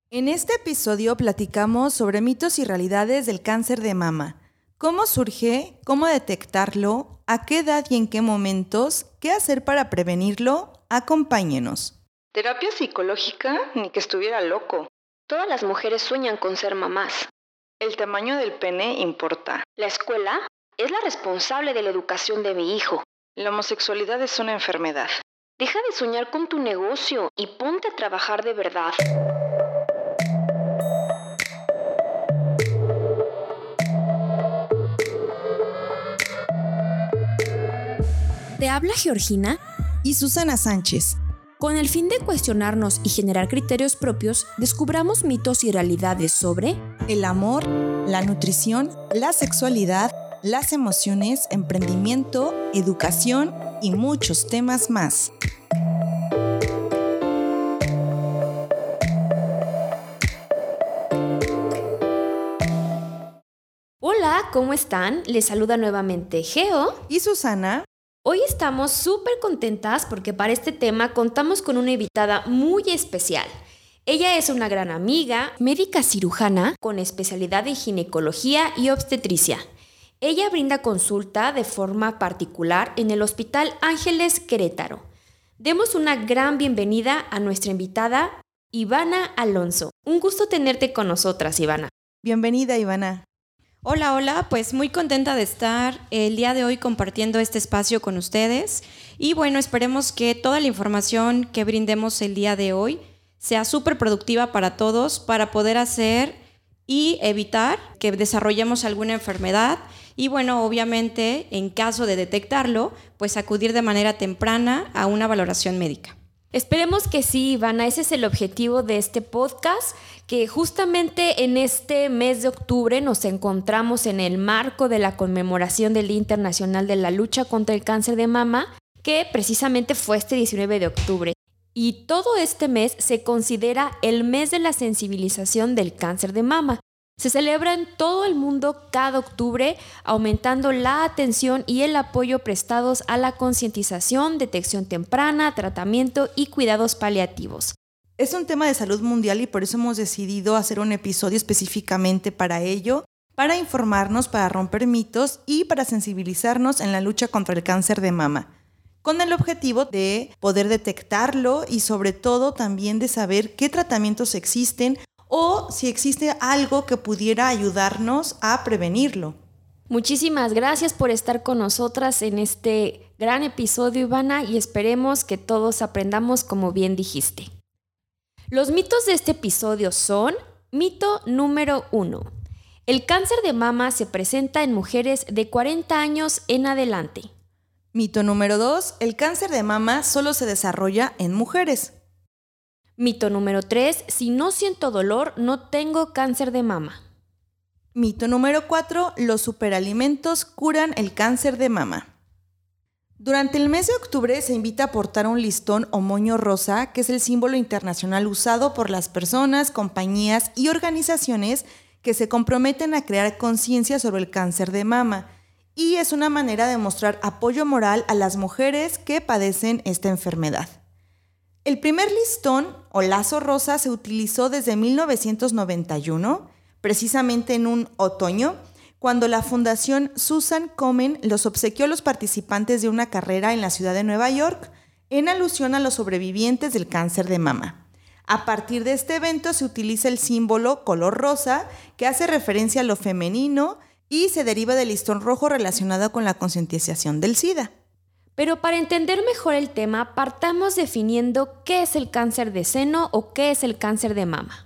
En este episodio platicamos sobre mitos y realidades del cáncer de mama. ¿Cómo surge? ¿Cómo detectarlo? ¿A qué edad y en qué momentos? ¿Qué hacer para prevenirlo? Acompáñenos. ¿Terapia psicológica? Ni que estuviera loco. Todas las mujeres sueñan con ser mamás. El tamaño del pene importa. La escuela es la responsable de la educación de mi hijo. La homosexualidad es una enfermedad. Deja de soñar con tu negocio y ponte a trabajar de verdad. Te habla Georgina y Susana Sánchez. Con el fin de cuestionarnos y generar criterios propios, descubramos mitos y realidades sobre el amor, la nutrición, la sexualidad, las emociones, emprendimiento, educación y muchos temas más. Hola, ¿cómo están? Les saluda nuevamente Geo y Susana. Hoy estamos súper contentas porque para este tema contamos con una invitada muy especial. Ella es una gran amiga, médica cirujana con especialidad en ginecología y obstetricia. Ella brinda consulta de forma particular en el Hospital Ángeles Querétaro. Demos una gran bienvenida a nuestra invitada, Ivana Alonso. Un gusto tenerte con nosotras, Ivana. Bienvenida, Ivana. Hola, pues muy contenta de estar el día de hoy compartiendo este espacio con ustedes y bueno, esperemos que toda la información que brindemos el día de hoy sea súper productiva para todos para poder hacer y evitar que desarrollemos alguna enfermedad y bueno, obviamente en caso de detectarlo, pues acudir de manera temprana a una valoración médica. Esperemos que sí, Ivana, ese es el objetivo de este podcast, que justamente en este mes de octubre nos encontramos en el marco de la conmemoración del Día Internacional de la Lucha contra el Cáncer de Mama, que precisamente fue este 19 de octubre. Y todo este mes se considera el mes de la sensibilización del cáncer de mama. Se celebra en todo el mundo cada octubre, aumentando la atención y el apoyo prestados a la concientización, detección temprana, tratamiento y cuidados paliativos. Es un tema de salud mundial y por eso hemos decidido hacer un episodio específicamente para ello, para informarnos, para romper mitos y para sensibilizarnos en la lucha contra el cáncer de mama, con el objetivo de poder detectarlo y sobre todo también de saber qué tratamientos existen o si existe algo que pudiera ayudarnos a prevenirlo. Muchísimas gracias por estar con nosotras en este gran episodio, Ivana, y esperemos que todos aprendamos como bien dijiste. Los mitos de este episodio son: mito número 1. El cáncer de mama se presenta en mujeres de 40 años en adelante. Mito número 2. El cáncer de mama solo se desarrolla en mujeres. Mito número 3. Si no siento dolor, no tengo cáncer de mama. Mito número 4. Los superalimentos curan el cáncer de mama. Durante el mes de octubre se invita a portar un listón o moño rosa, que es el símbolo internacional usado por las personas, compañías y organizaciones que se comprometen a crear conciencia sobre el cáncer de mama. Y es una manera de mostrar apoyo moral a las mujeres que padecen esta enfermedad. El primer listón o lazo rosa se utilizó desde 1991, precisamente en un otoño, cuando la Fundación Susan Komen los obsequió a los participantes de una carrera en la ciudad de Nueva York en alusión a los sobrevivientes del cáncer de mama. A partir de este evento se utiliza el símbolo color rosa, que hace referencia a lo femenino y se deriva del listón rojo relacionado con la concientización del SIDA. Pero para entender mejor el tema, partamos definiendo qué es el cáncer de seno o qué es el cáncer de mama.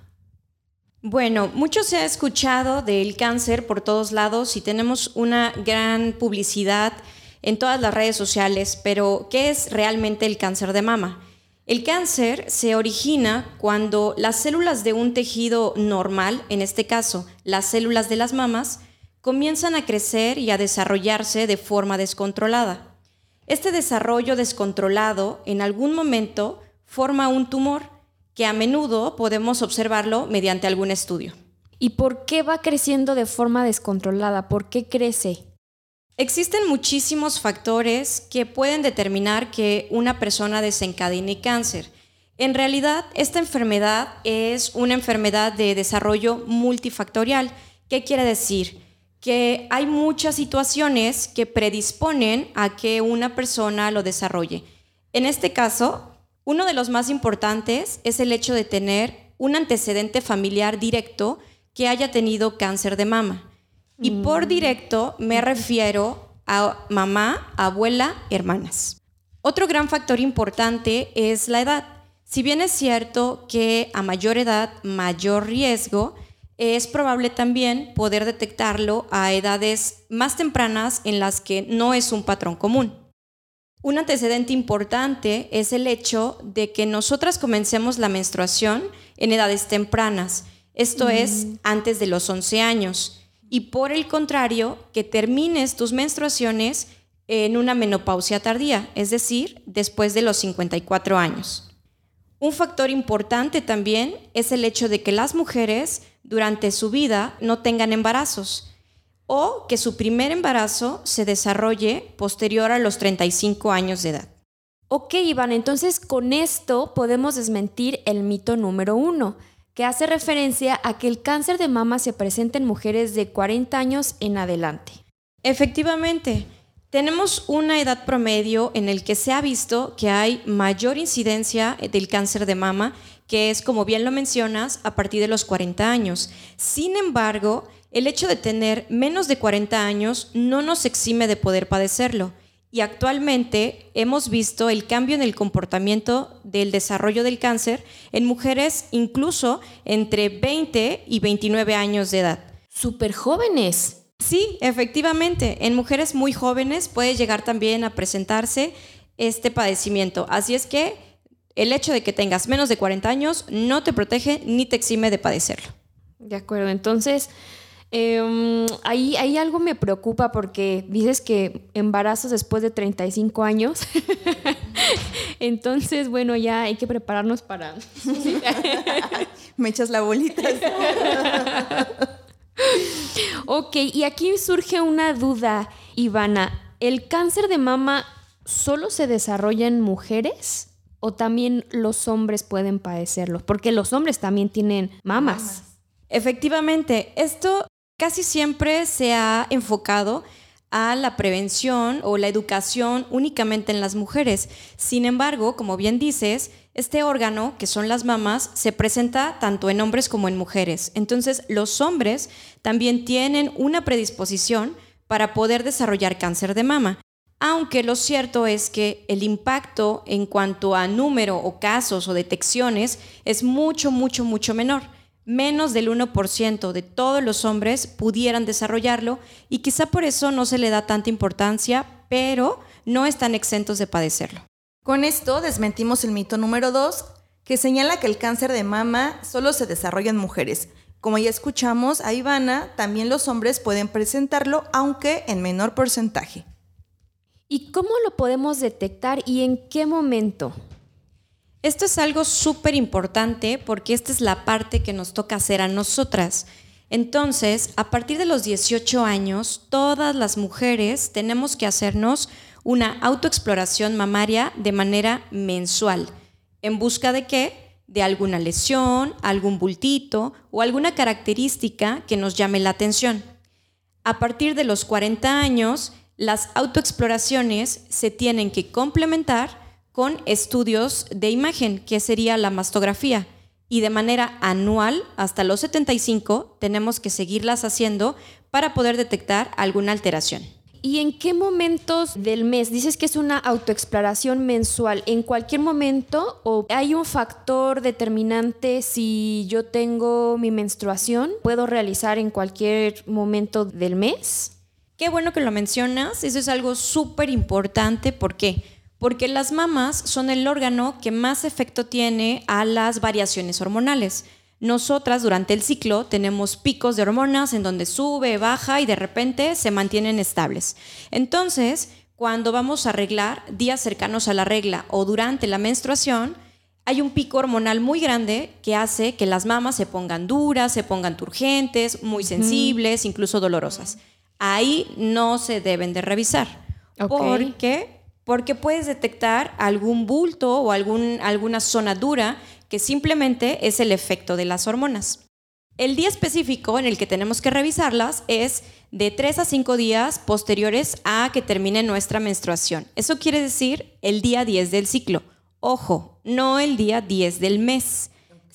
Bueno, mucho se ha escuchado del cáncer por todos lados y tenemos una gran publicidad en todas las redes sociales, pero ¿qué es realmente el cáncer de mama? El cáncer se origina cuando las células de un tejido normal, en este caso las células de las mamas, comienzan a crecer y a desarrollarse de forma descontrolada. Este desarrollo descontrolado en algún momento forma un tumor que a menudo podemos observarlo mediante algún estudio. ¿Y por qué va creciendo de forma descontrolada? ¿Por qué crece? Existen muchísimos factores que pueden determinar que una persona desencadene cáncer. En realidad, esta enfermedad es una enfermedad de desarrollo multifactorial. ¿Qué quiere decir? Que hay muchas situaciones que predisponen a que una persona lo desarrolle. En este caso, uno de los más importantes es el hecho de tener un antecedente familiar directo que haya tenido cáncer de mama. Y por directo me refiero a mamá, abuela, hermanas. Otro gran factor importante es la edad. Si bien es cierto que a mayor edad, mayor riesgo, es probable también poder detectarlo a edades más tempranas en las que no es un patrón común. Un antecedente importante es el hecho de que nosotras comencemos la menstruación en edades tempranas, esto es, antes de los 11 años, y por el contrario, que termines tus menstruaciones en una menopausia tardía, es decir, después de los 54 años. Un factor importante también es el hecho de que las mujeres durante su vida no tengan embarazos o que su primer embarazo se desarrolle posterior a los 35 años de edad. Ok, Iván, entonces con esto podemos desmentir el mito número 1, que hace referencia a que el cáncer de mama se presenta en mujeres de 40 años en adelante. Efectivamente, tenemos una edad promedio en el que se ha visto que hay mayor incidencia del cáncer de mama, que es, como bien lo mencionas, a partir de los 40 años. Sin embargo, el hecho de tener menos de 40 años no nos exime de poder padecerlo. Y actualmente hemos visto el cambio en el comportamiento del desarrollo del cáncer en mujeres incluso entre 20 y 29 años de edad. ¡Súper jóvenes! Sí, efectivamente, en mujeres muy jóvenes puede llegar también a presentarse este padecimiento. Así es que el hecho de que tengas menos de 40 años no te protege ni te exime de padecerlo. De acuerdo, entonces ahí algo me preocupa porque dices que embarazos después de 35 años. Entonces, bueno, ya hay que prepararnos para... Me echas la bolita. Ok, y aquí surge una duda, Ivana. ¿El cáncer de mama solo se desarrolla en mujeres o también los hombres pueden padecerlo? Porque los hombres también tienen mamas. Efectivamente, esto casi siempre se ha enfocado a la prevención o la educación únicamente en las mujeres. Sin embargo, como bien dices, este órgano, que son las mamas, se presenta tanto en hombres como en mujeres. Entonces, los hombres también tienen una predisposición para poder desarrollar cáncer de mama. Aunque lo cierto es que el impacto en cuanto a número o casos o detecciones es mucho menor. Menos del 1% de todos los hombres pudieran desarrollarlo y quizá por eso no se le da tanta importancia, pero no están exentos de padecerlo. Con esto desmentimos el mito número 2, que señala que el cáncer de mama solo se desarrolla en mujeres. Como ya escuchamos a Ivana, también los hombres pueden presentarlo, aunque en menor porcentaje. ¿Y cómo lo podemos detectar y en qué momento? Esto es algo súper importante porque esta es la parte que nos toca hacer a nosotras. Entonces, a partir de los 18 años, todas las mujeres tenemos que hacernos una autoexploración mamaria de manera mensual. ¿En busca de qué? De alguna lesión, algún bultito o alguna característica que nos llame la atención. A partir de los 40 años, las autoexploraciones se tienen que complementar con estudios de imagen, que sería la mastografía. Y de manera anual, hasta los 75, tenemos que seguirlas haciendo para poder detectar alguna alteración. ¿Y en qué momentos del mes? Dices que es una autoexploración mensual. ¿En cualquier momento o hay un factor determinante si yo tengo mi menstruación? ¿Puedo realizar en cualquier momento del mes? Qué bueno que lo mencionas. Eso es algo súper importante. ¿Por qué? Porque las mamas son el órgano que más efecto tiene a las variaciones hormonales. Nosotras durante el ciclo tenemos picos de hormonas en donde sube, baja y de repente se mantienen estables. Entonces, cuando vamos a reglar, días cercanos a la regla o durante la menstruación, hay un pico hormonal muy grande que hace que las mamas se pongan duras, se pongan turgentes, muy sensibles, incluso dolorosas. Ahí no se deben de revisar. Okay. Porque porque puedes detectar algún bulto o alguna zona dura que simplemente es el efecto de las hormonas. El día específico en el que tenemos que revisarlas es de 3 a 5 días posteriores a que termine nuestra menstruación. Eso quiere decir el día 10 del ciclo. Ojo, no el día 10 del mes,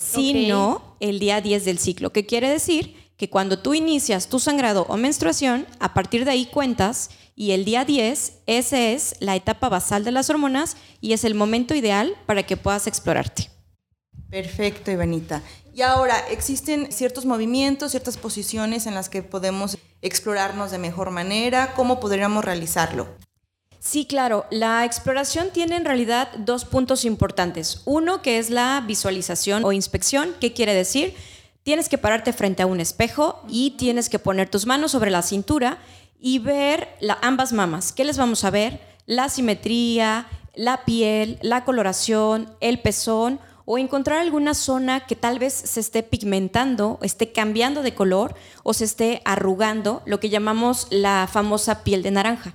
sino el día 10 del ciclo. ¿Qué quiere decir? Que cuando tú inicias tu sangrado o menstruación, a partir de ahí cuentas y el día 10, esa es la etapa basal de las hormonas y es el momento ideal para que puedas explorarte. Perfecto, Ivanita. Y ahora, ¿existen ciertos movimientos, ciertas posiciones en las que podemos explorarnos de mejor manera? ¿Cómo podríamos realizarlo? Sí, claro. La exploración tiene en realidad 2 puntos importantes. Uno, que es la visualización o inspección. ¿Qué quiere decir? Tienes que pararte frente a un espejo y tienes que poner tus manos sobre la cintura y ver ambas mamas. ¿Qué les vamos a ver? La simetría, la piel, la coloración, el pezón, o encontrar alguna zona que tal vez se esté pigmentando, esté cambiando de color o se esté arrugando, lo que llamamos la famosa piel de naranja.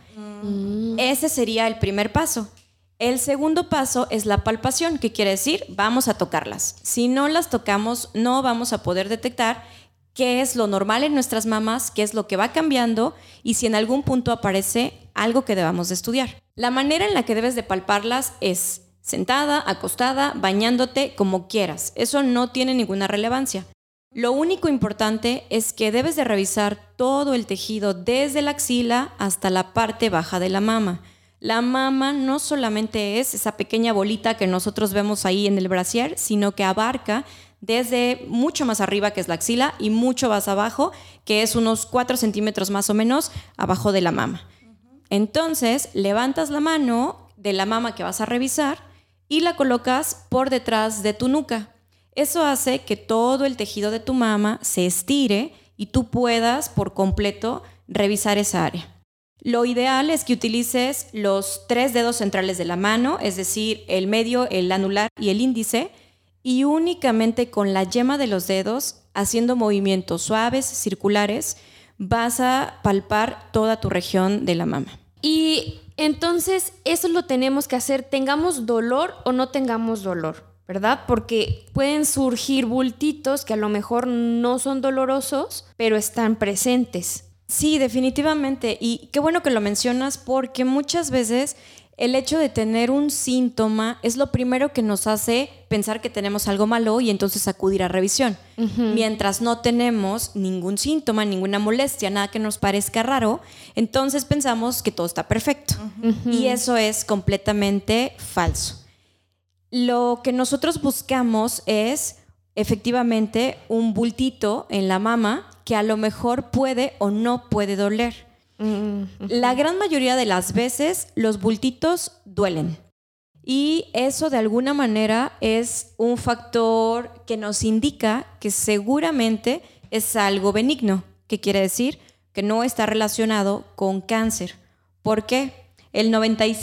Ese sería el primer paso. El segundo paso es la palpación, que quiere decir vamos a tocarlas. Si no las tocamos, no vamos a poder detectar qué es lo normal en nuestras mamas, qué es lo que va cambiando y si en algún punto aparece algo que debamos de estudiar. La manera en la que debes de palparlas es sentada, acostada, bañándote, como quieras. Eso no tiene ninguna relevancia. Lo único importante es que debes de revisar todo el tejido desde la axila hasta la parte baja de la mama. La mama no solamente es esa pequeña bolita que nosotros vemos ahí en el brasier, sino que abarca desde mucho más arriba, que es la axila, y mucho más abajo, que es unos 4 centímetros más o menos abajo de la mama. Entonces, levantas la mano de la mama que vas a revisar y la colocas por detrás de tu nuca. Eso hace que todo el tejido de tu mama se estire y tú puedas por completo revisar esa área. Lo ideal es que utilices los 3 dedos centrales de la mano, es decir, el medio, el anular y el índice, y únicamente con la yema de los dedos, haciendo movimientos suaves, circulares, vas a palpar toda tu región de la mama. Y entonces eso lo tenemos que hacer, tengamos dolor o no tengamos dolor, ¿verdad? Porque pueden surgir bultitos que a lo mejor no son dolorosos, pero están presentes. Sí, definitivamente. Y qué bueno que lo mencionas porque muchas veces el hecho de tener un síntoma es lo primero que nos hace pensar que tenemos algo malo y entonces acudir a revisión. Mientras no tenemos ningún síntoma, ninguna molestia, nada que nos parezca raro, entonces pensamos que todo está perfecto. Y eso es completamente falso. Lo que nosotros buscamos es efectivamente un bultito en la mama que a lo mejor puede o no puede doler. La gran mayoría de las veces los bultitos duelen y eso de alguna manera es un factor que nos indica que seguramente es algo benigno, que quiere decir que no está relacionado con cáncer. ¿Por qué? El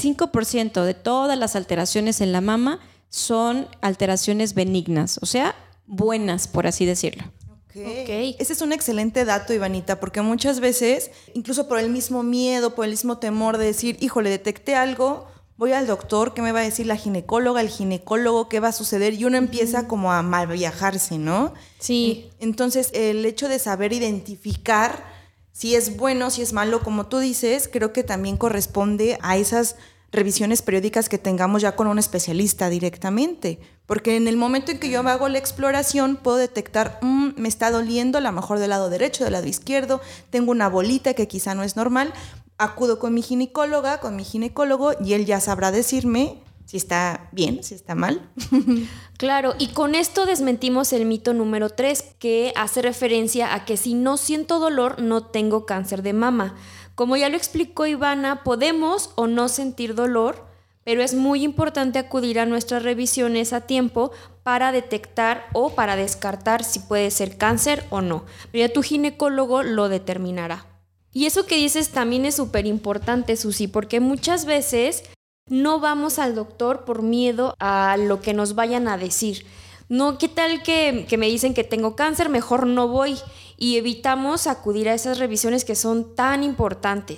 95% de todas las alteraciones en la mama son alteraciones benignas, o sea, buenas, por así decirlo. Okay. Ese es un excelente dato, Ivanita, porque muchas veces, incluso por el mismo miedo, por el mismo temor de decir, híjole, detecté algo, voy al doctor, ¿qué me va a decir la ginecóloga, el ginecólogo, qué va a suceder? Y uno empieza como a mal viajarse, ¿no? Sí. Entonces, el hecho de saber identificar si es bueno, si es malo, como tú dices, creo que también corresponde a esas revisiones periódicas que tengamos ya con un especialista directamente. Porque en el momento en que yo hago la exploración, puedo detectar, me está doliendo a lo mejor del lado derecho, del lado izquierdo, tengo una bolita que quizá no es normal, acudo con mi ginecóloga, con mi ginecólogo, y él ya sabrá decirme si está bien, si está mal. Claro, y con esto desmentimos el mito número 3, que hace referencia a que si no siento dolor, no tengo cáncer de mama. Como ya lo explicó Ivana, podemos o no sentir dolor, pero es muy importante acudir a nuestras revisiones a tiempo para detectar o para descartar si puede ser cáncer o no. Pero ya tu ginecólogo lo determinará. Y eso que dices también es súper importante, Susi, porque muchas veces no vamos al doctor por miedo a lo que nos vayan a decir. No, ¿qué tal que me dicen que tengo cáncer? Mejor no voy. Y evitamos acudir a esas revisiones que son tan importantes.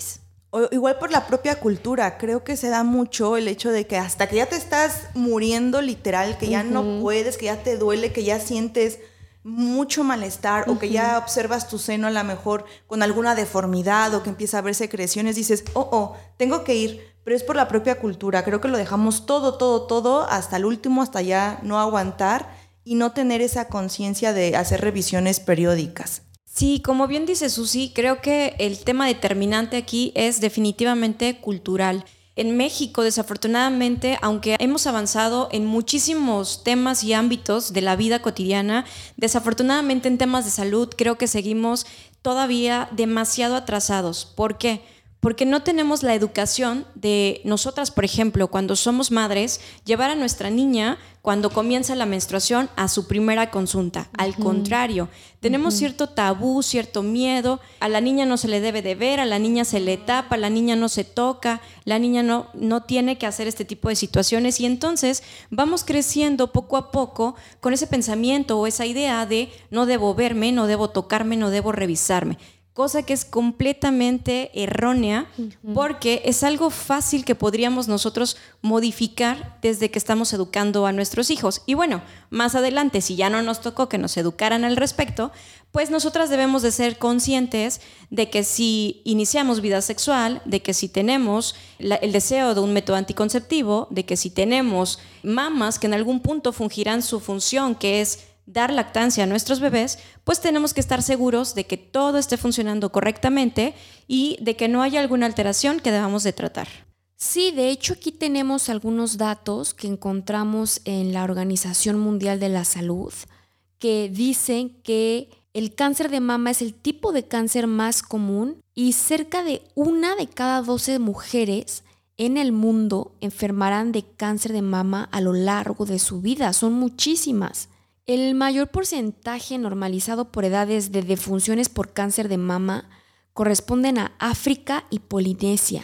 O igual por la propia cultura, creo que se da mucho el hecho de que hasta que ya te estás muriendo literal, que ya no puedes, que ya te duele, que ya sientes mucho malestar o que ya observas tu seno a lo mejor con alguna deformidad o que empieza a haber secreciones, dices, tengo que ir, pero es por la propia cultura. Creo que lo dejamos todo hasta el último, hasta ya no aguantar y no tener esa conciencia de hacer revisiones periódicas. Sí, como bien dice Susi, creo que el tema determinante aquí es definitivamente cultural. En México, desafortunadamente, aunque hemos avanzado en muchísimos temas y ámbitos de la vida cotidiana, desafortunadamente en temas de salud creo que seguimos todavía demasiado atrasados. ¿Por qué? Porque no tenemos la educación de nosotras, por ejemplo, cuando somos madres, llevar a nuestra niña cuando comienza la menstruación a su primera consulta. Al contrario, tenemos cierto tabú, cierto miedo. A la niña no se le debe de ver, a la niña se le tapa, a la niña no se toca, la niña no tiene que hacer este tipo de situaciones. Y entonces vamos creciendo poco a poco con ese pensamiento o esa idea de no debo verme, no debo tocarme, no debo revisarme. Cosa que es completamente errónea porque es algo fácil que podríamos nosotros modificar desde que estamos educando a nuestros hijos. Y bueno, más adelante, si ya no nos tocó que nos educaran al respecto, pues nosotras debemos de ser conscientes de que si iniciamos vida sexual, de que si tenemos el deseo de un método anticonceptivo, de que si tenemos mamas que en algún punto fungirán su función, que es dar lactancia a nuestros bebés, pues tenemos que estar seguros de que todo esté funcionando correctamente y de que no haya alguna alteración que debamos de tratar. Sí, de hecho aquí tenemos algunos datos que encontramos en la Organización Mundial de la Salud que dicen que el cáncer de mama es el tipo de cáncer más común y cerca de 1 de cada 12 mujeres en el mundo enfermarán de cáncer de mama a lo largo de su vida. Son muchísimas. El mayor porcentaje normalizado por edades de defunciones por cáncer de mama corresponden a África y Polinesia.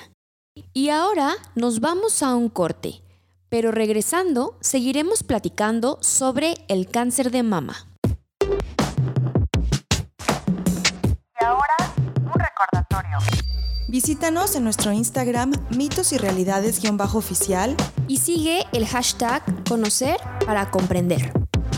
Y ahora nos vamos a un corte, pero regresando seguiremos platicando sobre el cáncer de mama. Y ahora, un recordatorio. Visítanos en nuestro Instagram mitos y realidades_oficial y sigue el hashtag conocer para comprender.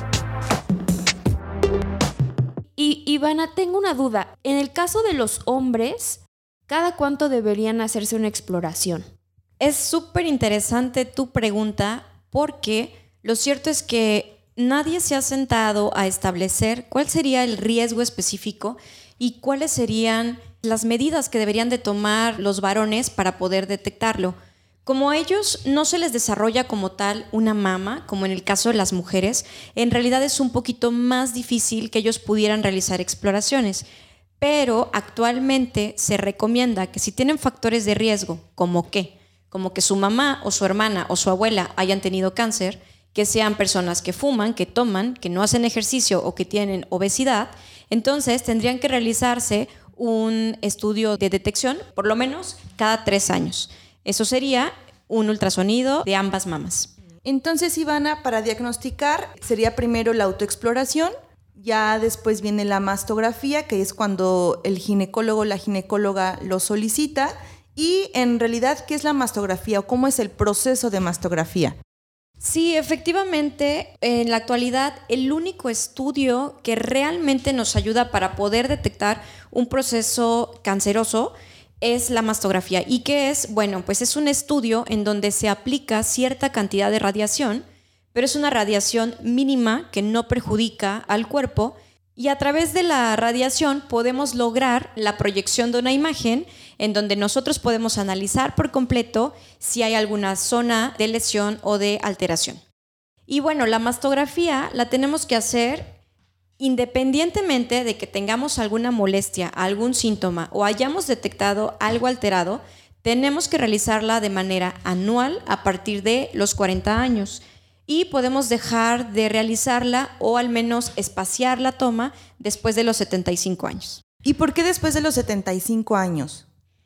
Y Ivana, tengo una duda. En el caso de los hombres, ¿cada cuánto deberían hacerse una exploración? Es súper interesante tu pregunta porque lo cierto es que nadie se ha sentado a establecer cuál sería el riesgo específico y cuáles serían las medidas que deberían de tomar los varones para poder detectarlo. Como a ellos no se les desarrolla como tal una mama, como en el caso de las mujeres, en realidad es un poquito más difícil que ellos pudieran realizar exploraciones. Pero actualmente se recomienda que si tienen factores de riesgo, como que su mamá o su hermana o su abuela hayan tenido cáncer, que sean personas que fuman, que toman, que no hacen ejercicio o que tienen obesidad, entonces tendrían que realizarse un estudio de detección por lo menos cada 3 años. Eso sería un ultrasonido de ambas mamas. Entonces, Ivana, para diagnosticar sería primero la autoexploración, ya después viene la mastografía, que es cuando el ginecólogo o la ginecóloga lo solicita. Y en realidad, ¿qué es la mastografía o cómo es el proceso de mastografía? Sí, efectivamente, en la actualidad el único estudio que realmente nos ayuda para poder detectar un proceso canceroso es la mastografía. ¿Y qué es? Bueno, pues es un estudio en donde se aplica cierta cantidad de radiación, pero es una radiación mínima que no perjudica al cuerpo y a través de la radiación podemos lograr la proyección de una imagen en donde nosotros podemos analizar por completo si hay alguna zona de lesión o de alteración. Y bueno, la mastografía la tenemos que hacer independientemente de que tengamos alguna molestia, algún síntoma o hayamos detectado algo alterado, tenemos que realizarla de manera anual a partir de los 40 años y podemos dejar de realizarla o al menos espaciar la toma después de los 75 años. ¿Y por qué después de los 75 años?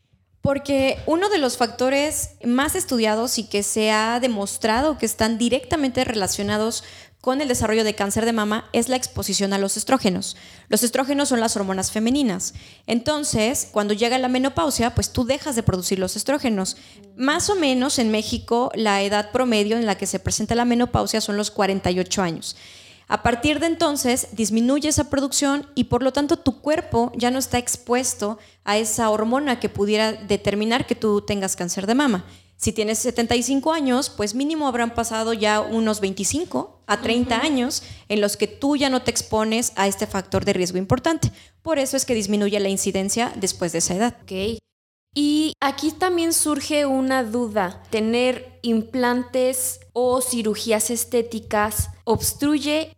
Porque uno de los factores más estudiados y que se ha demostrado que están directamente relacionados con el desarrollo de cáncer de mama es la exposición a los estrógenos. Los estrógenos son las hormonas femeninas. Entonces, cuando llega la menopausia, pues tú dejas de producir los estrógenos. Más o menos en México, la edad promedio en la que se presenta la menopausia son los 48 años. A partir de entonces, disminuye esa producción y por lo tanto tu cuerpo ya no está expuesto a esa hormona que pudiera determinar que tú tengas cáncer de mama. Si tienes 75 años, pues mínimo habrán pasado ya unos 25 a 30 años en los que tú ya no te expones a este factor de riesgo importante. Por eso es que disminuye la incidencia después de esa edad. Ok. Y aquí también surge una duda. ¿Tener implantes o cirugías estéticas obstruye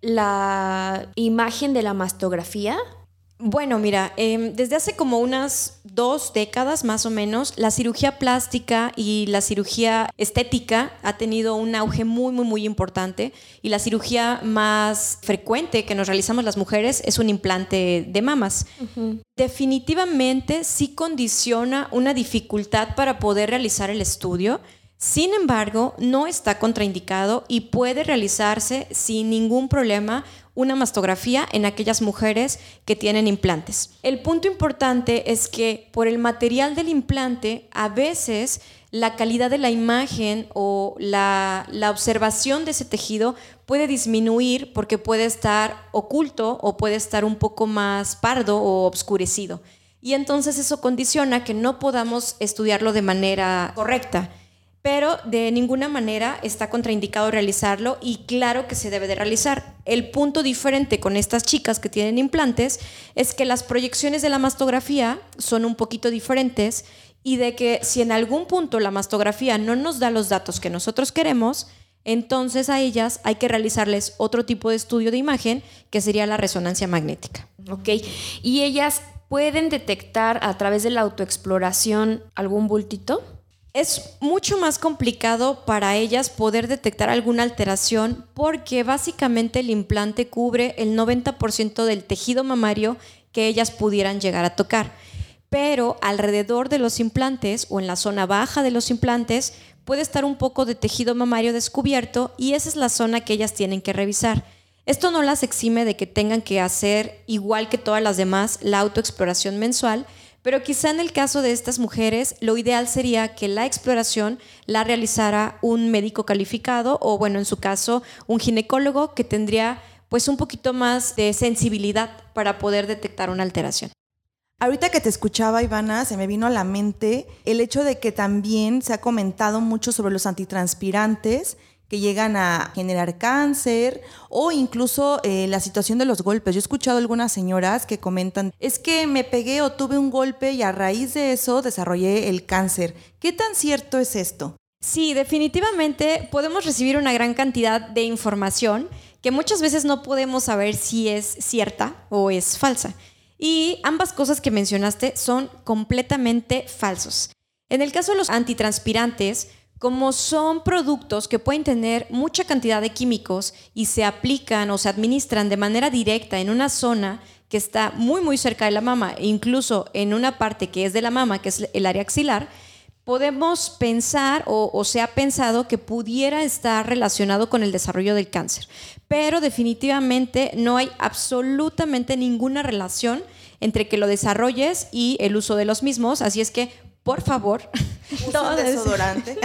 la imagen de la mastografía? Bueno, mira, desde hace como unas 2 décadas más o menos, la cirugía plástica y la cirugía estética ha tenido un auge muy importante, y la cirugía más frecuente que nos realizamos las mujeres es un implante de mamas. Definitivamente sí condiciona una dificultad para poder realizar el estudio. Sin embargo, no está contraindicado y puede realizarse sin ningún problema una mastografía en aquellas mujeres que tienen implantes. El punto importante es que por el material del implante, a veces la calidad de la imagen o la observación de ese tejido puede disminuir porque puede estar oculto o puede estar un poco más pardo o oscurecido. Y entonces eso condiciona que no podamos estudiarlo de manera correcta. Pero de ninguna manera está contraindicado realizarlo y claro que se debe de realizar. El punto diferente con estas chicas que tienen implantes es que las proyecciones de la mastografía son un poquito diferentes y de que si en algún punto la mastografía no nos da los datos que nosotros queremos, entonces a ellas hay que realizarles otro tipo de estudio de imagen que sería la resonancia magnética. Ok, ¿y ellas pueden detectar a través de la autoexploración algún bultito? Es mucho más complicado para ellas poder detectar alguna alteración porque básicamente el implante cubre el 90% del tejido mamario que ellas pudieran llegar a tocar. Pero alrededor de los implantes o en la zona baja de los implantes puede estar un poco de tejido mamario descubierto y esa es la zona que ellas tienen que revisar. Esto no las exime de que tengan que hacer, igual que todas las demás, la autoexploración mensual, pero quizá en el caso de estas mujeres, lo ideal sería que la exploración la realizara un médico calificado o, bueno, en su caso, un ginecólogo que tendría pues un poquito más de sensibilidad para poder detectar una alteración. Ahorita que te escuchaba, Ivana, se me vino a la mente el hecho de que también se ha comentado mucho sobre los antitranspirantes que llegan a generar cáncer o incluso la situación de los golpes. Yo he escuchado algunas señoras que comentan, es que me pegué o tuve un golpe y a raíz de eso desarrollé el cáncer. ¿Qué tan cierto es esto? Sí, definitivamente podemos recibir una gran cantidad de información que muchas veces no podemos saber si es cierta o es falsa. Y ambas cosas que mencionaste son completamente falsos. En el caso de los antitranspirantes, como son productos que pueden tener mucha cantidad de químicos y se aplican o se administran de manera directa en una zona que está muy cerca de la mama, incluso en una parte que es de la mama, que es el área axilar, podemos pensar o se ha pensado que pudiera estar relacionado con el desarrollo del cáncer. Pero definitivamente no hay absolutamente ninguna relación entre que lo desarrolles y el uso de los mismos, así es que por favor, usen desodorante.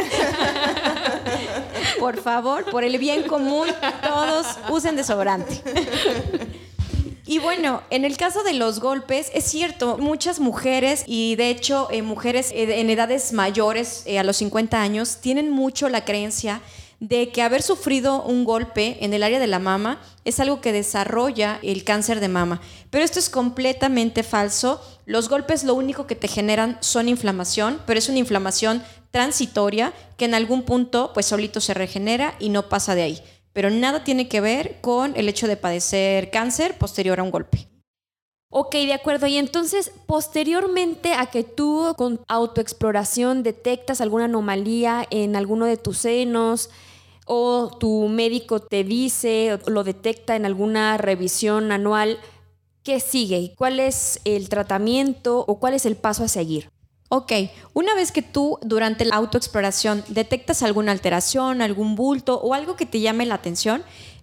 Por favor, por el bien común, todos usen desodorante. Y bueno, en el caso de los golpes, es cierto, muchas mujeres y de hecho mujeres en edades mayores, a los 50 años, tienen mucho la creencia de que haber sufrido un golpe en el área de la mama es algo que desarrolla el cáncer de mama. Pero esto es completamente falso. Los golpes lo único que te generan son inflamación, pero es una inflamación transitoria que en algún punto pues solito se regenera y no pasa de ahí. Pero nada tiene que ver con el hecho de padecer cáncer posterior a un golpe. Ok, de acuerdo. Y entonces, posteriormente a que tú con autoexploración detectas alguna anomalía en alguno de tus senos o tu médico te dice o lo detecta en alguna revisión anual, ¿qué sigue? ¿Cuál es el tratamiento o cuál es el paso a seguir? Ok, una vez que tú durante la autoexploración detectas alguna alteración, algún bulto o algo que te llame la atención,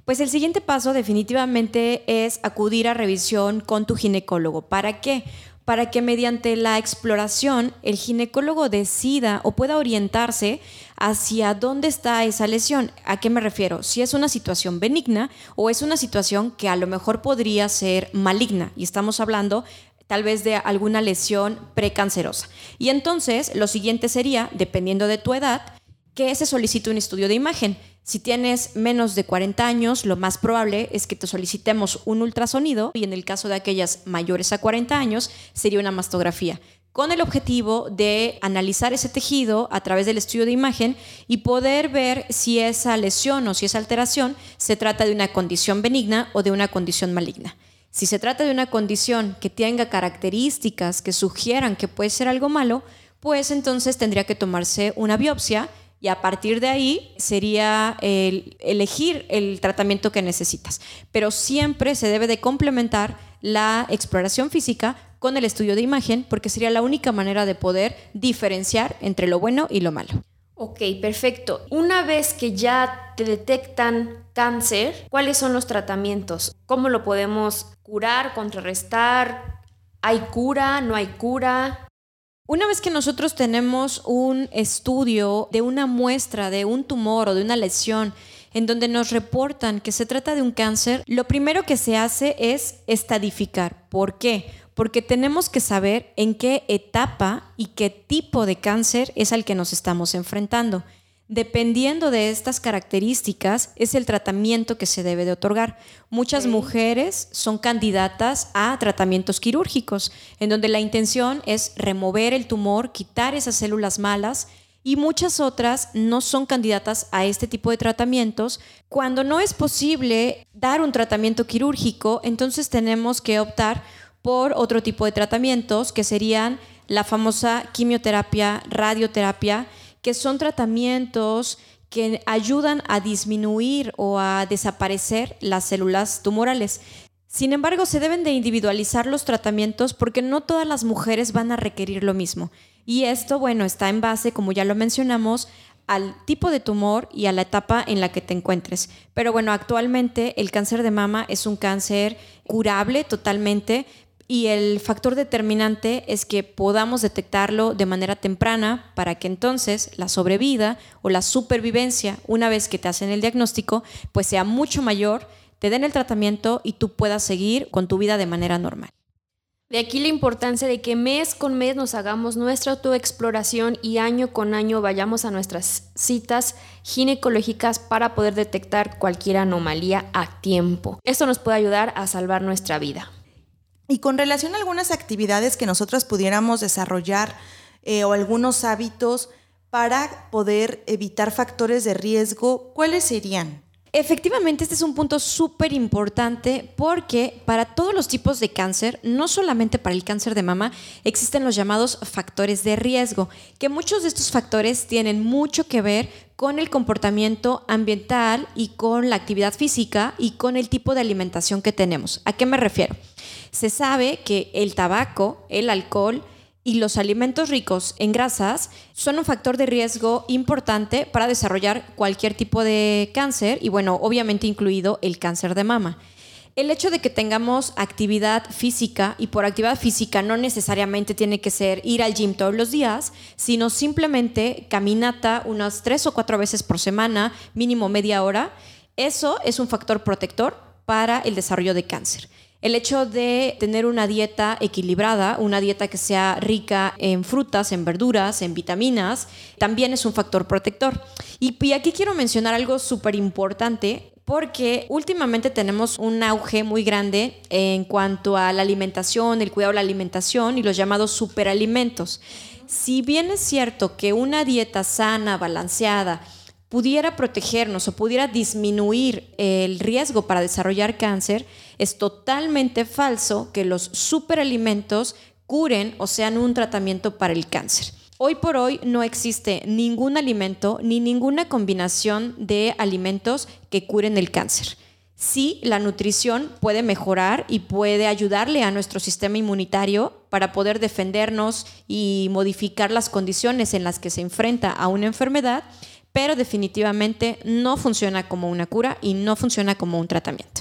Pues el siguiente paso definitivamente es acudir a revisión con tu ginecólogo. ¿Para qué? Para que mediante la exploración el ginecólogo decida o pueda orientarse hacia dónde está esa lesión. ¿A qué me refiero? Si es una situación benigna o es una situación que a lo mejor podría ser maligna, y estamos hablando tal vez de alguna lesión precancerosa. Y entonces lo siguiente sería, dependiendo de tu edad, que se solicite un estudio de imagen. Si tienes menos de 40 años, lo más probable es que te solicitemos un ultrasonido, y en el caso de aquellas mayores a 40 años sería una mastografía, con el objetivo de analizar ese tejido a través del estudio de imagen y poder ver si esa lesión o si esa alteración se trata de una condición benigna o de una condición maligna. Si se trata de una condición que tenga características que sugieran que puede ser algo malo, pues entonces tendría que tomarse una biopsia. Y a partir de ahí sería elegir el tratamiento que necesitas. Pero siempre se debe de complementar la exploración física con el estudio de imagen, porque sería la única manera de poder diferenciar entre lo bueno y lo malo. Ok, perfecto. Una vez que ya te detectan cáncer, ¿cuáles son los tratamientos? ¿Cómo lo podemos curar, contrarrestar? ¿Hay cura? ¿No hay cura? Una vez que nosotros tenemos un estudio de una muestra de un tumor o de una lesión en donde nos reportan que se trata de un cáncer, lo primero que se hace es estadificar. ¿Por qué? Porque tenemos que saber en qué etapa y qué tipo de cáncer es al que nos estamos enfrentando. Dependiendo de estas características es el tratamiento que se debe de otorgar. Muchas mujeres son candidatas a tratamientos quirúrgicos, en donde la intención es remover el tumor, quitar esas células malas, y muchas otras no son candidatas a este tipo de tratamientos. Cuando no es posible dar un tratamiento quirúrgico, entonces tenemos que optar por otro tipo de tratamientos, que serían la famosa quimioterapia, radioterapia, que son tratamientos que ayudan a disminuir o a desaparecer las células tumorales. Sin embargo, se deben de individualizar los tratamientos porque no todas las mujeres van a requerir lo mismo. Y esto, bueno, está en base, como ya lo mencionamos, al tipo de tumor y a la etapa en la que te encuentres. Pero bueno, actualmente el cáncer de mama es un cáncer curable totalmente, y el factor determinante es que podamos detectarlo de manera temprana para que entonces la sobrevida o la supervivencia, una vez que te hacen el diagnóstico, pues sea mucho mayor, te den el tratamiento y tú puedas seguir con tu vida de manera normal. De aquí la importancia de que mes con mes nos hagamos nuestra autoexploración y año con año vayamos a nuestras citas ginecológicas para poder detectar cualquier anomalía a tiempo. Esto nos puede ayudar a salvar nuestra vida. Y con relación a algunas actividades que nosotras pudiéramos desarrollar o algunos hábitos para poder evitar factores de riesgo, ¿cuáles serían? Efectivamente, este es un punto súper importante porque para todos los tipos de cáncer, no solamente para el cáncer de mama, existen los llamados factores de riesgo, que muchos de estos factores tienen mucho que ver con el comportamiento ambiental y con la actividad física y con el tipo de alimentación que tenemos. ¿A qué me refiero? Se sabe que el tabaco, el alcohol y los alimentos ricos en grasas son un factor de riesgo importante para desarrollar cualquier tipo de cáncer y, bueno, obviamente incluido el cáncer de mama. El hecho de que tengamos actividad física, y por actividad física no necesariamente tiene que ser ir al gym todos los días, sino simplemente caminata unas 3 o 4 veces por semana, mínimo media hora, eso es un factor protector para el desarrollo de cáncer. El hecho de tener una dieta equilibrada, una dieta que sea rica en frutas, en verduras, en vitaminas, también es un factor protector. Y aquí quiero mencionar algo súper importante, porque últimamente tenemos un auge muy grande en cuanto a la alimentación, el cuidado de la alimentación y los llamados superalimentos. Si bien es cierto que una dieta sana, balanceada, pudiera protegernos o pudiera disminuir el riesgo para desarrollar cáncer, es totalmente falso que los superalimentos curen o sean un tratamiento para el cáncer. Hoy por hoy no existe ningún alimento ni ninguna combinación de alimentos que curen el cáncer. Sí, la nutrición puede mejorar y puede ayudarle a nuestro sistema inmunitario para poder defendernos y modificar las condiciones en las que se enfrenta a una enfermedad, pero definitivamente no funciona como una cura y no funciona como un tratamiento.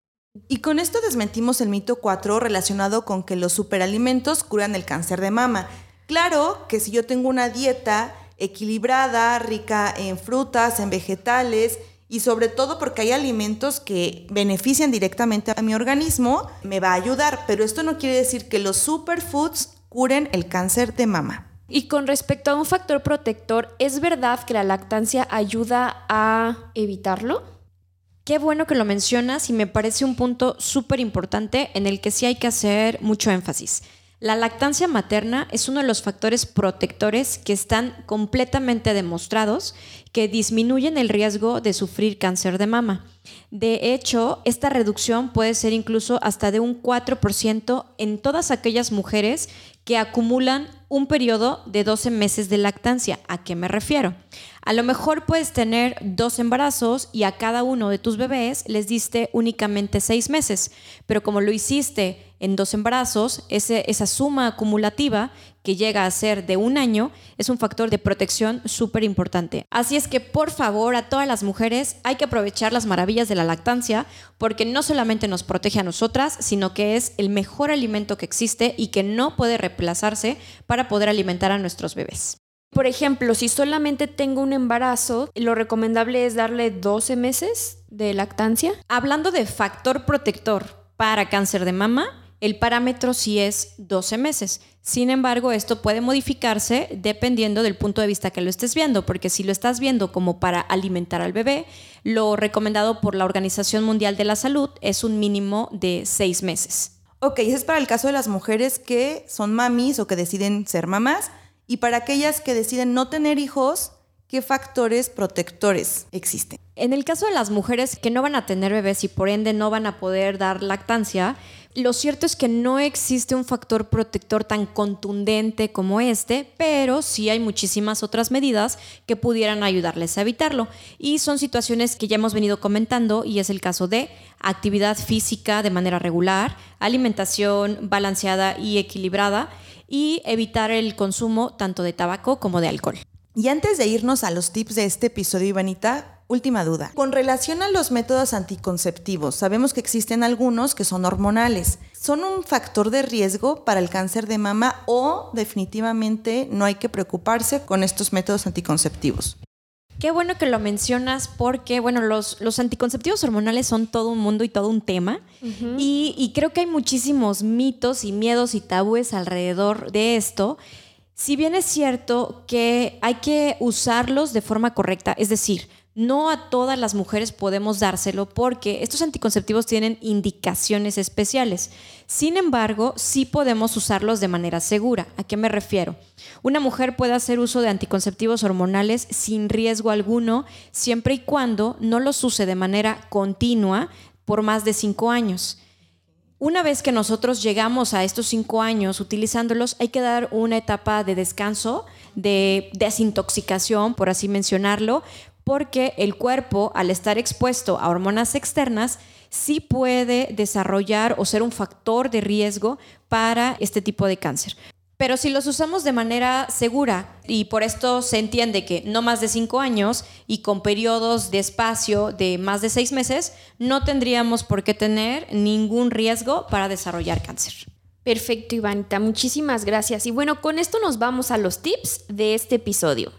Y con esto desmentimos el mito 4 relacionado con que los superalimentos curan el cáncer de mama. Claro que si yo tengo una dieta equilibrada, rica en frutas, en vegetales y sobre todo porque hay alimentos que benefician directamente a mi organismo, me va a ayudar. Pero esto no quiere decir que los superfoods curen el cáncer de mama. Y con respecto a un factor protector, ¿es verdad que la lactancia ayuda a evitarlo? Qué bueno que lo mencionas y me parece un punto súper importante en el que sí hay que hacer mucho énfasis. La lactancia materna es uno de los factores protectores que están completamente demostrados que disminuyen el riesgo de sufrir cáncer de mama. De hecho, esta reducción puede ser incluso hasta de un 4% en todas aquellas mujeres que acumulan un periodo de 12 meses de lactancia. ¿A qué me refiero? A lo mejor puedes tener 2 embarazos y a cada uno de tus bebés les diste únicamente 6 meses, pero como lo hiciste en 2 embarazos, esa suma acumulativa que llega a ser de 1 año es un factor de protección súper importante. Así es que, por favor, a todas las mujeres hay que aprovechar las maravillas de la lactancia porque no solamente nos protege a nosotras, sino que es el mejor alimento que existe y que no puede reemplazarse para poder alimentar a nuestros bebés. Por ejemplo, si solamente tengo un embarazo, ¿lo recomendable es darle 12 meses de lactancia? Hablando de factor protector para cáncer de mama, el parámetro sí es 12 meses. Sin embargo, esto puede modificarse dependiendo del punto de vista que lo estés viendo, porque si lo estás viendo como para alimentar al bebé, lo recomendado por la Organización Mundial de la Salud es un mínimo de 6 meses. Ok, ese es para el caso de las mujeres que son mamis o que deciden ser mamás. Y para aquellas que deciden no tener hijos, ¿qué factores protectores existen? En el caso de las mujeres que no van a tener bebés y por ende no van a poder dar lactancia, lo cierto es que no existe un factor protector tan contundente como este, pero sí hay muchísimas otras medidas que pudieran ayudarles a evitarlo. Y son situaciones que ya hemos venido comentando y es el caso de actividad física de manera regular, alimentación balanceada y equilibrada y evitar el consumo tanto de tabaco como de alcohol. Y antes de irnos a los tips de este episodio, Ivanita, última duda. Con relación a los métodos anticonceptivos, sabemos que existen algunos que son hormonales. ¿Son un factor de riesgo para el cáncer de mama o definitivamente no hay que preocuparse con estos métodos anticonceptivos? Qué bueno que lo mencionas porque, bueno, los anticonceptivos hormonales son todo un mundo y todo un tema. Uh-huh. Y creo que hay muchísimos mitos y miedos y tabúes alrededor de esto. Si bien es cierto que hay que usarlos de forma correcta, es decir, no a todas las mujeres podemos dárselo porque estos anticonceptivos tienen indicaciones especiales. Sin embargo, sí podemos usarlos de manera segura. ¿A qué me refiero? Una mujer puede hacer uso de anticonceptivos hormonales sin riesgo alguno, siempre y cuando no los use de manera continua por más de 5 años. Una vez que nosotros llegamos a estos 5 años utilizándolos, hay que dar una etapa de descanso, de desintoxicación, por así mencionarlo, porque el cuerpo, al estar expuesto a hormonas externas, sí puede desarrollar o ser un factor de riesgo para este tipo de cáncer. Pero si los usamos de manera segura, y por esto se entiende que no más de 5 años y con periodos de espacio de más de 6 meses, no tendríamos por qué tener ningún riesgo para desarrollar cáncer. Perfecto, Ivanita, muchísimas gracias. Y bueno, con esto nos vamos a los tips de este episodio.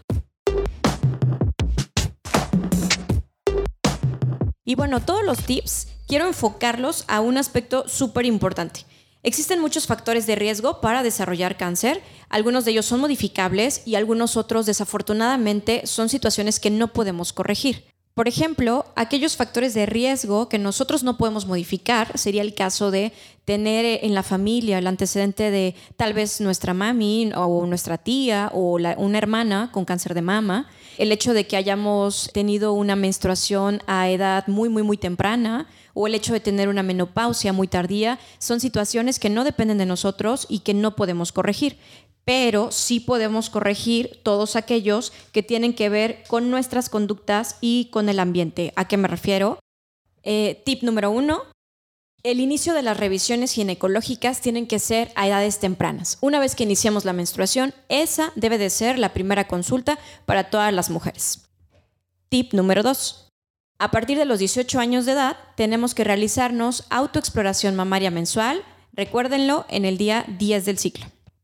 Y bueno, todos los tips quiero enfocarlos a un aspecto súper importante. Existen muchos factores de riesgo para desarrollar cáncer. Algunos de ellos son modificables y algunos otros, desafortunadamente, son situaciones que no podemos corregir. Por ejemplo, aquellos factores de riesgo que nosotros no podemos modificar sería el caso de tener en la familia el antecedente de tal vez nuestra mami o nuestra tía o una hermana con cáncer de mama, el hecho de que hayamos tenido una menstruación a edad muy temprana o el hecho de tener una menopausia muy tardía, son situaciones que no dependen de nosotros y que no podemos corregir. Pero sí podemos corregir todos aquellos que tienen que ver con nuestras conductas y con el ambiente. ¿A qué me refiero? Tip número 1. El inicio de las revisiones ginecológicas tienen que ser a edades tempranas. Una vez que iniciamos la menstruación, esa debe de ser la primera consulta para todas las mujeres. Tip número 2. A partir de los 18 años de edad, tenemos que realizarnos autoexploración mamaria mensual, recuérdenlo, en el día 10 del ciclo.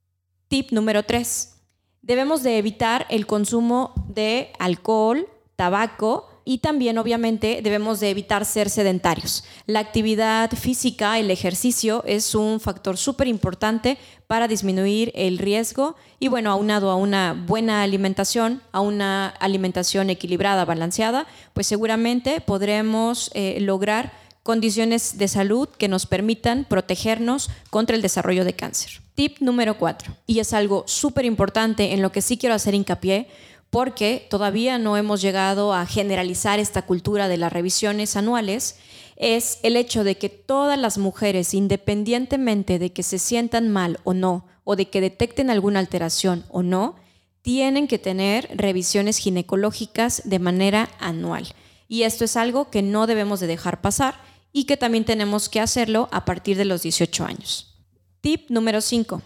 Tip número 3. Debemos de evitar el consumo de alcohol, tabaco y también obviamente debemos de evitar ser sedentarios. La actividad física, el ejercicio es un factor súper importante para disminuir el riesgo y bueno, aunado a una buena alimentación, a una alimentación equilibrada, balanceada, pues seguramente podremos lograr condiciones de salud que nos permitan protegernos contra el desarrollo de cáncer. Tip número 4, y es algo súper importante en lo que sí quiero hacer hincapié, porque todavía no hemos llegado a generalizar esta cultura de las revisiones anuales, es el hecho de que todas las mujeres, independientemente de que se sientan mal o no, o de que detecten alguna alteración o no, tienen que tener revisiones ginecológicas de manera anual. Y esto es algo que no debemos de dejar pasar y que también tenemos que hacerlo a partir de los 18 años. Tip número 5.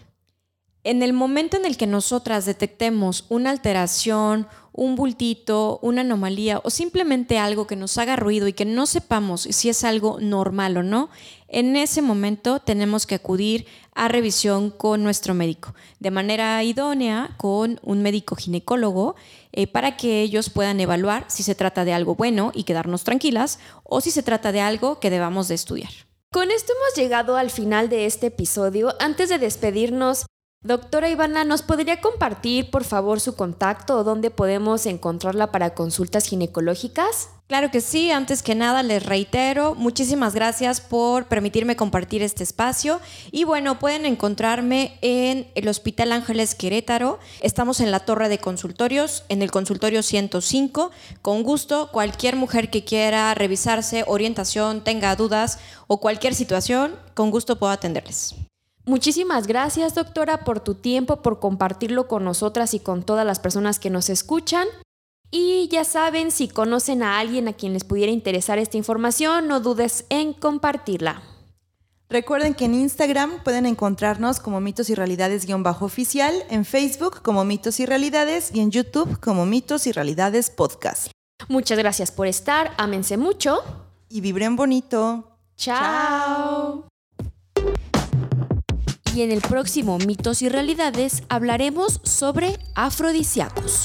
En el momento en el que nosotras detectemos una alteración, un bultito, una anomalía o simplemente algo que nos haga ruido y que no sepamos si es algo normal o no, en ese momento tenemos que acudir a revisión con nuestro médico, de manera idónea con un médico ginecólogo para que ellos puedan evaluar si se trata de algo bueno y quedarnos tranquilas o si se trata de algo que debamos de estudiar. Con esto hemos llegado al final de este episodio. Antes de despedirnos, doctora Ivana, ¿nos podría compartir, por favor, su contacto o dónde podemos encontrarla para consultas ginecológicas? Claro que sí. Antes que nada, les reitero, muchísimas gracias por permitirme compartir este espacio. Y bueno, pueden encontrarme en el Hospital Ángeles Querétaro. Estamos en la torre de consultorios, en el consultorio 105. Con gusto, cualquier mujer que quiera revisarse, orientación, tenga dudas o cualquier situación, con gusto puedo atenderles. Muchísimas gracias, doctora, por tu tiempo, por compartirlo con nosotras y con todas las personas que nos escuchan. Y ya saben, si conocen a alguien a quien les pudiera interesar esta información, no dudes en compartirla. Recuerden que en Instagram pueden encontrarnos como Mitos y Realidades_oficial, en Facebook como Mitos y Realidades y en YouTube como Mitos y Realidades Podcast. Muchas gracias por estar, ámense mucho. Y vibren bonito. ¡Chao! Y en el próximo Mitos y Realidades hablaremos sobre afrodisíacos.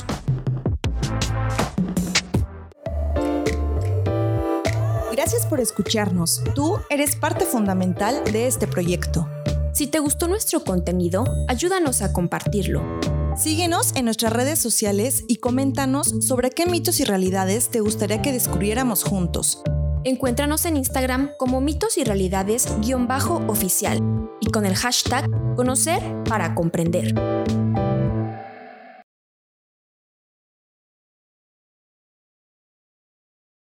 Gracias por escucharnos. Tú eres parte fundamental de este proyecto. Si te gustó nuestro contenido, ayúdanos a compartirlo. Síguenos en nuestras redes sociales y coméntanos sobre qué mitos y realidades te gustaría que descubriéramos juntos. Encuéntranos en Instagram como Mitos y Realidades_oficial y con el hashtag Conocer para Comprender.